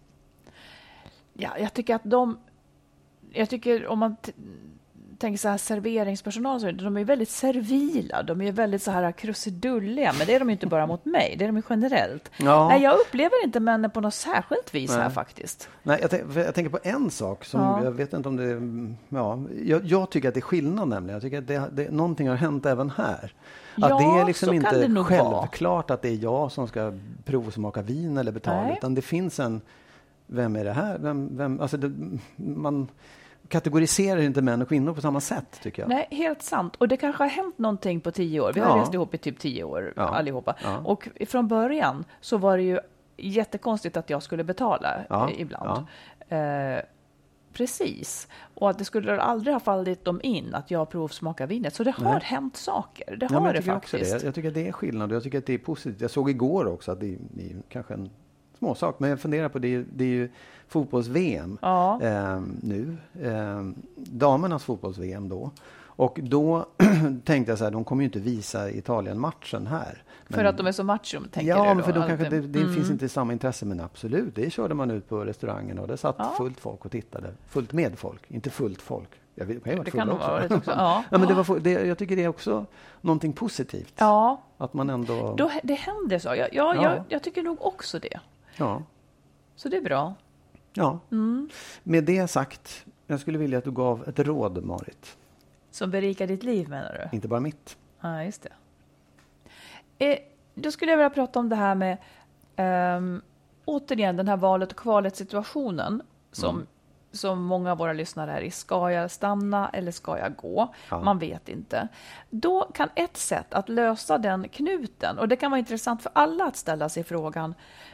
Ja, jag tycker om man tänker så här, serveringspersonal, så de är väldigt servila, de är väldigt så här krusidulliga, men det är de inte bara mot mig, det är de ju generellt. Ja. Nej, jag upplever inte männen på något särskilt vis här faktiskt. Nej, jag tänker på en sak som jag vet inte om det jag tycker att det är skillnad, nämligen. Jag tycker att någonting har hänt även här. Att det är liksom inte självklart att det är jag som ska provsmaka vin eller betala, utan det finns vem är det här? Vem alltså man kategoriserar inte män och kvinnor på samma sätt, tycker jag. Nej, helt sant. Och det kanske har hänt någonting på 10 år. Vi har rest ihop i typ 10 år allihopa. Ja. Och från början så var det ju jättekonstigt att jag skulle betala ibland. Ja. Precis. Och att det skulle aldrig ha fallit dem in att jag provsmakar vinet. Så det har hänt saker. Det har det faktiskt. Jag tycker att det är skillnad och jag tycker att det är positivt. Jag såg igår också att det är kanske en småsak, men jag funderar på det är ju fotbolls-VM nu. Damernas fotbolls-VM då. Och då tänkte jag så här, de kommer ju inte visa Italien-matchen här. För att de är så macho, tänker du då? Ja, men för då kanske det finns inte samma intresse, men absolut. Det körde man ut på restaurangen och det satt fullt folk och tittade. Fullt med folk, inte fullt folk. Det kan nog vara det också. Ja, men jag tycker det är också någonting positivt. Ja. Att man ändå... Det händer så. Jag tycker nog också det. Ja. Så det är bra. Ja. Med det sagt, jag skulle vilja att du gav ett råd, Marit. Som berikar ditt liv, menar du? Inte bara mitt. Ja, just det. Då skulle jag vilja prata om det här med återigen den här valet och kvalet situationen som många av våra lyssnare är i. Ska jag stanna eller ska jag gå? Ja. Man vet inte. Då kan ett sätt att lösa den knuten, och det kan vara intressant för alla att ställa sig frågan: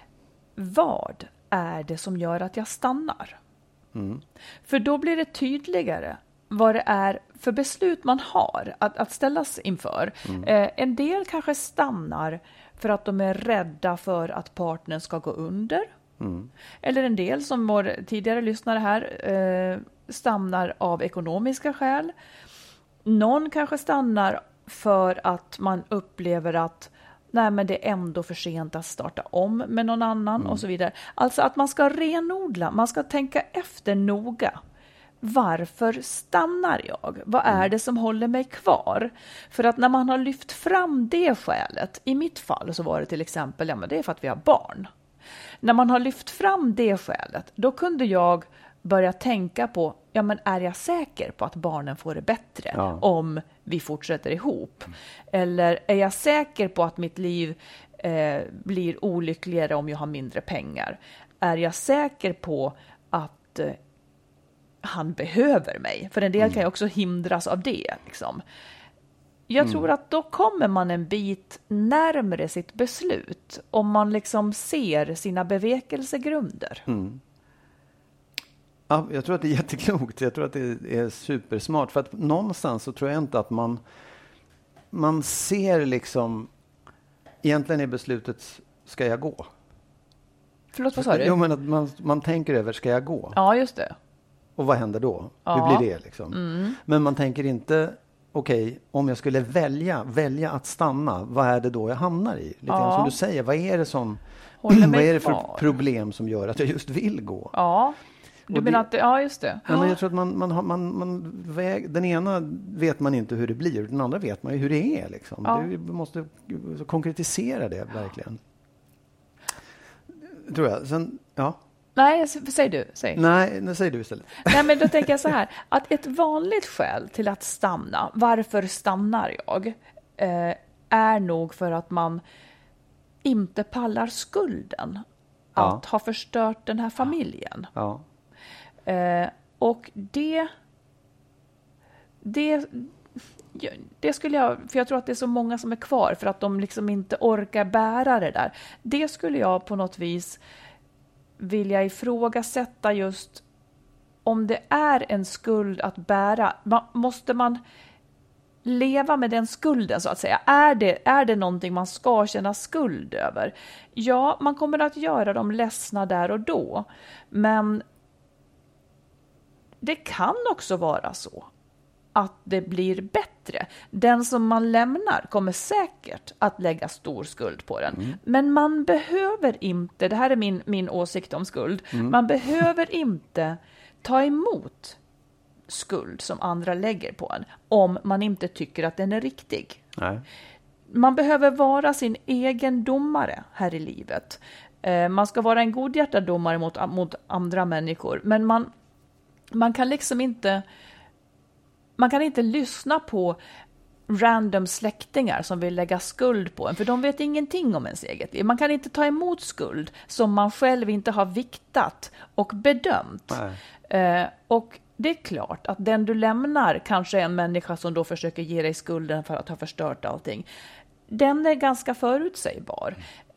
vad är det som gör att jag stannar? För då blir det tydligare vad det är för beslut man har att ställas inför. En del kanske stannar för att de är rädda för att partnern ska gå under. Eller en del, som vår tidigare lyssnare här, stannar av ekonomiska skäl. Någon kanske stannar för att man upplever att nej, men det är ändå för sent att starta om med någon annan och så vidare. Alltså att man ska renodla, man ska tänka efter noga. varför stannar jag? Vad är det som håller mig kvar? För att när man har lyft fram det skälet, i mitt fall så var det till exempel, ja men det är för att vi har barn. När man har lyft fram det skälet, då kunde jag börja tänka på, ja men är jag säker på att barnen får det bättre om vi fortsätter ihop? Eller är jag säker på att mitt liv blir olyckligare om jag har mindre pengar? Är jag säker på att han behöver mig? För en del kan ju också hindras av det. Liksom. Jag tror att då kommer man en bit närmare sitt beslut om man liksom ser sina bevekelsegrunder. Ja, jag tror att det är jätteklokt. Jag tror att det är supersmart. För att någonstans så tror jag inte att man ser liksom egentligen är beslutet, ska jag gå? Förlåt, vad sa du? Jo, men att man tänker över, ska jag gå? Ja, just det. Och vad händer då? Hur blir det liksom? Men man tänker inte, okej, om jag skulle välja att stanna, vad är det då jag hamnar i? Lite grann som du säger, vad är det som vad är det för problem som gör att jag just vill gå? Ja. Du menar att ja, just det. Ja, men jag tror att den ena vet man inte hur det blir, den andra vet man ju hur det är liksom. Ja. Du måste konkretisera det verkligen. Tror jag. Sen, Nej, säg du. Nej, säg du istället. Nej, men då tänker jag så här, att ett vanligt skäl till att stanna, varför stannar jag, är nog för att man inte pallar skulden att ha förstört den här familjen. Ja. Och det skulle jag, för jag tror att det är så många som är kvar för att de liksom inte orkar bära det där. Det skulle jag på något vis vilja ifrågasätta, just om det är en skuld att bära. Måste man leva med den skulden så att säga? Är det någonting man ska känna skuld över? Ja, man kommer att göra dem ledsna där och då. Men det kan också vara så att det blir bättre. Den som man lämnar kommer säkert att lägga stor skuld på den. Men man behöver inte, det här är min åsikt om skuld, man behöver inte ta emot skuld som andra lägger på en om man inte tycker att den är riktig. Nej. Man behöver vara sin egen domare här i livet. Man ska vara en godhjärtad domare mot andra människor, men man kan liksom inte, man kan inte lyssna på random släktingar som vill lägga skuld på en, för de vet ingenting om ens eget liv. Man kan inte ta emot skuld som man själv inte har viktat och bedömt. Och det är klart att den du lämnar kanske är en människa som då försöker ge dig skulden för att ha förstört allting. Den är ganska förutsägbar.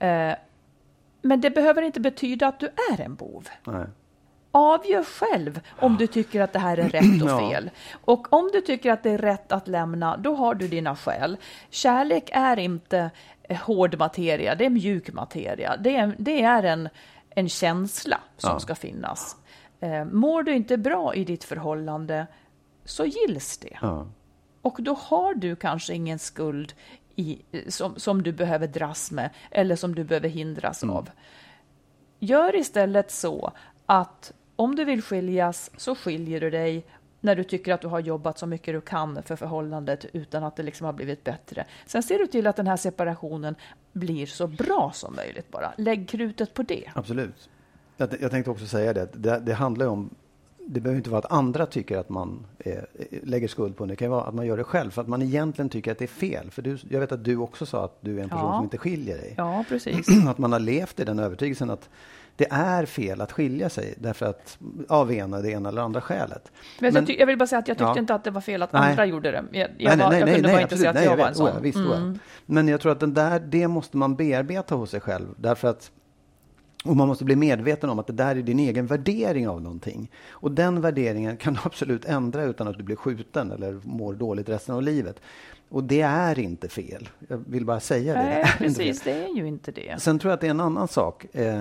Men det behöver inte betyda att du är en bov. Nej. Avgör själv om du tycker att det här är rätt och fel. Och om du tycker att det är rätt att lämna, då har du dina skäl. Kärlek är inte hård materia, det är mjuk materia. Det är en känsla som ska finnas. Mår du inte bra i ditt förhållande, så gills det. Och då har du kanske ingen skuld som du behöver dras med eller som du behöver hindras av. Gör istället så att om du vill skiljas, så skiljer du dig när du tycker att du har jobbat så mycket du kan för förhållandet utan att det liksom har blivit bättre. Sen ser du till att den här separationen blir så bra som möjligt bara. Lägg krutet på det. Absolut. Jag tänkte också säga det handlar ju om, det behöver inte vara att andra tycker att man lägger skuld på det. Det kan ju vara att man gör det själv för att man egentligen tycker att det är fel. För jag vet att du också sa att du är en person som inte skiljer dig. Ja, precis. Att man har levt i den övertygelsen att det är fel att skilja sig därför att av det ena eller andra skälet. Men jag vill bara säga att jag tyckte inte att det var fel att andra gjorde det. Jag kunde bara inte säga att jag var en sån. Visst, men jag tror att det måste man bearbeta hos sig själv. Därför att, och man måste bli medveten om att det där är din egen värdering av någonting. Och den värderingen kan du absolut ändra utan att du blir skjuten eller mår dåligt resten av livet. Och det är inte fel. Jag vill bara säga det. Nej, precis. Det är ju inte det. Sen tror jag att det är en annan sak.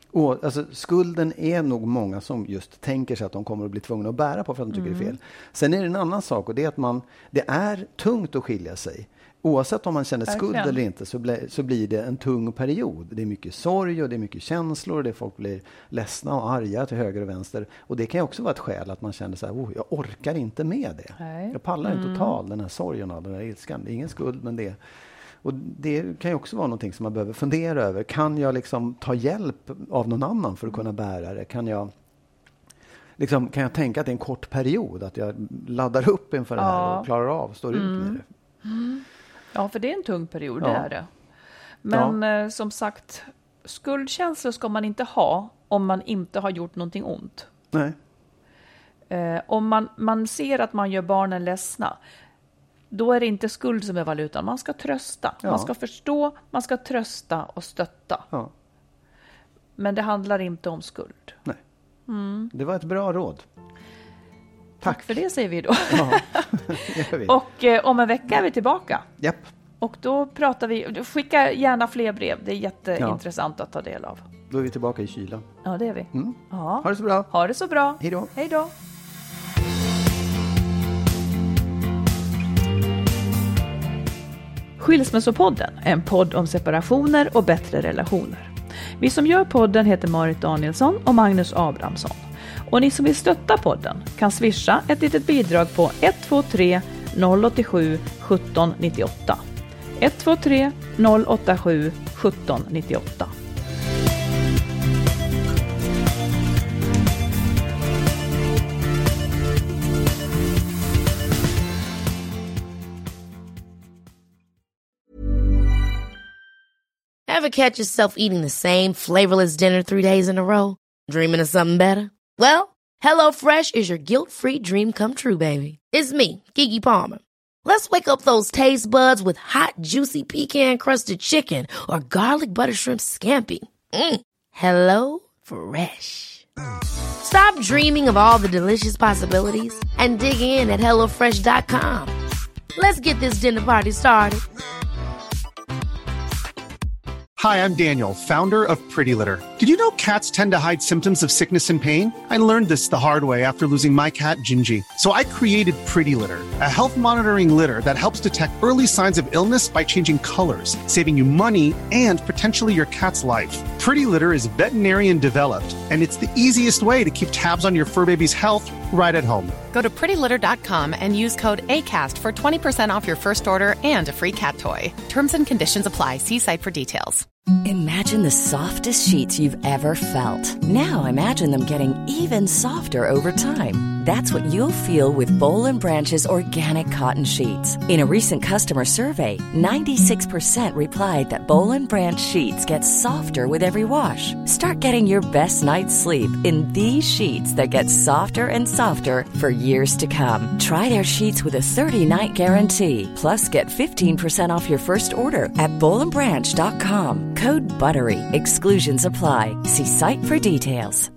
Och, alltså, skulden är nog många som just tänker sig att de kommer att bli tvungna att bära på för att de tycker det är fel. Sen är det en annan sak, och det är att det är tungt att skilja sig. Oavsett om man känner skuld eller inte så blir det en tung period. Det är mycket sorg och det är mycket känslor. Det folk blir ledsna och arga till höger och vänster. Och det kan ju också vara ett skäl att man känner så här, jag orkar inte med det. Nej. Jag pallar inte total den här sorgen och den här ilskan. Det är ingen skuld, men det. Och det kan ju också vara någonting som man behöver fundera över. Kan jag liksom ta hjälp av någon annan för att kunna bära det? Kan jag tänka att det är en kort period? Att jag laddar upp inför det här och klarar av, står ut med det. Ja, för det är en tung period, det är det. Men som sagt, skuldkänslor ska man inte ha om man inte har gjort någonting ont. Nej. Om man ser att man gör barnen ledsna, då är det inte skuld som är valutan. Man ska trösta. Ja. Man ska förstå, man ska trösta och stötta. Ja. Men det handlar inte om skuld. Nej. Det var ett bra råd. Tack för det, säger vi då. Ja, och om en vecka är vi tillbaka. Japp. Och då pratar vi, skicka gärna fler brev. Det är jätteintressant att ta del av. Då är vi tillbaka i kylan. Ja, det är vi. Ja. Ha det så bra. Ha det så bra. Hej då. Hej då. Skilsmässopodden är en podd om separationer och bättre relationer. Vi som gör podden heter Marit Danielsson och Magnus Abrahamsson. Och ni som vill stötta podden kan swisha ett litet bidrag på 123 087 1798. 123 087 1798. Ever catch yourself eating the same flavorless dinner 3 days in a row? Dreaming of something better? Well, HelloFresh is your guilt-free dream come true, baby. It's me, Keke Palmer. Let's wake up those taste buds with hot, juicy pecan-crusted chicken or garlic butter shrimp scampi. Hello Fresh. Stop dreaming of all the delicious possibilities and dig in at HelloFresh.com. Let's get this dinner party started. Hi, I'm Daniel, founder of Pretty Litter. Did you know cats tend to hide symptoms of sickness and pain? I learned this the hard way after losing my cat, Gingy. So I created Pretty Litter, a health monitoring litter that helps detect early signs of illness by changing colors, saving you money and potentially your cat's life. Pretty Litter is veterinarian developed, and it's the easiest way to keep tabs on your fur baby's health right at home. Go to prettylitter.com and use code ACAST for 20% off your first order and a free cat toy. Terms and conditions apply. See site for details. Imagine the softest sheets you've ever felt. Now imagine them getting even softer over time. That's what you'll feel with Boll & Branch's organic cotton sheets. In a recent customer survey, 96% replied that Boll & Branch sheets get softer with every wash. Start getting your best night's sleep in these sheets that get softer and softer for years to come. Try their sheets with a 30-night guarantee. Plus, get 15% off your first order at bollandbranch.com. Code BUTTERY. Exclusions apply. See site for details.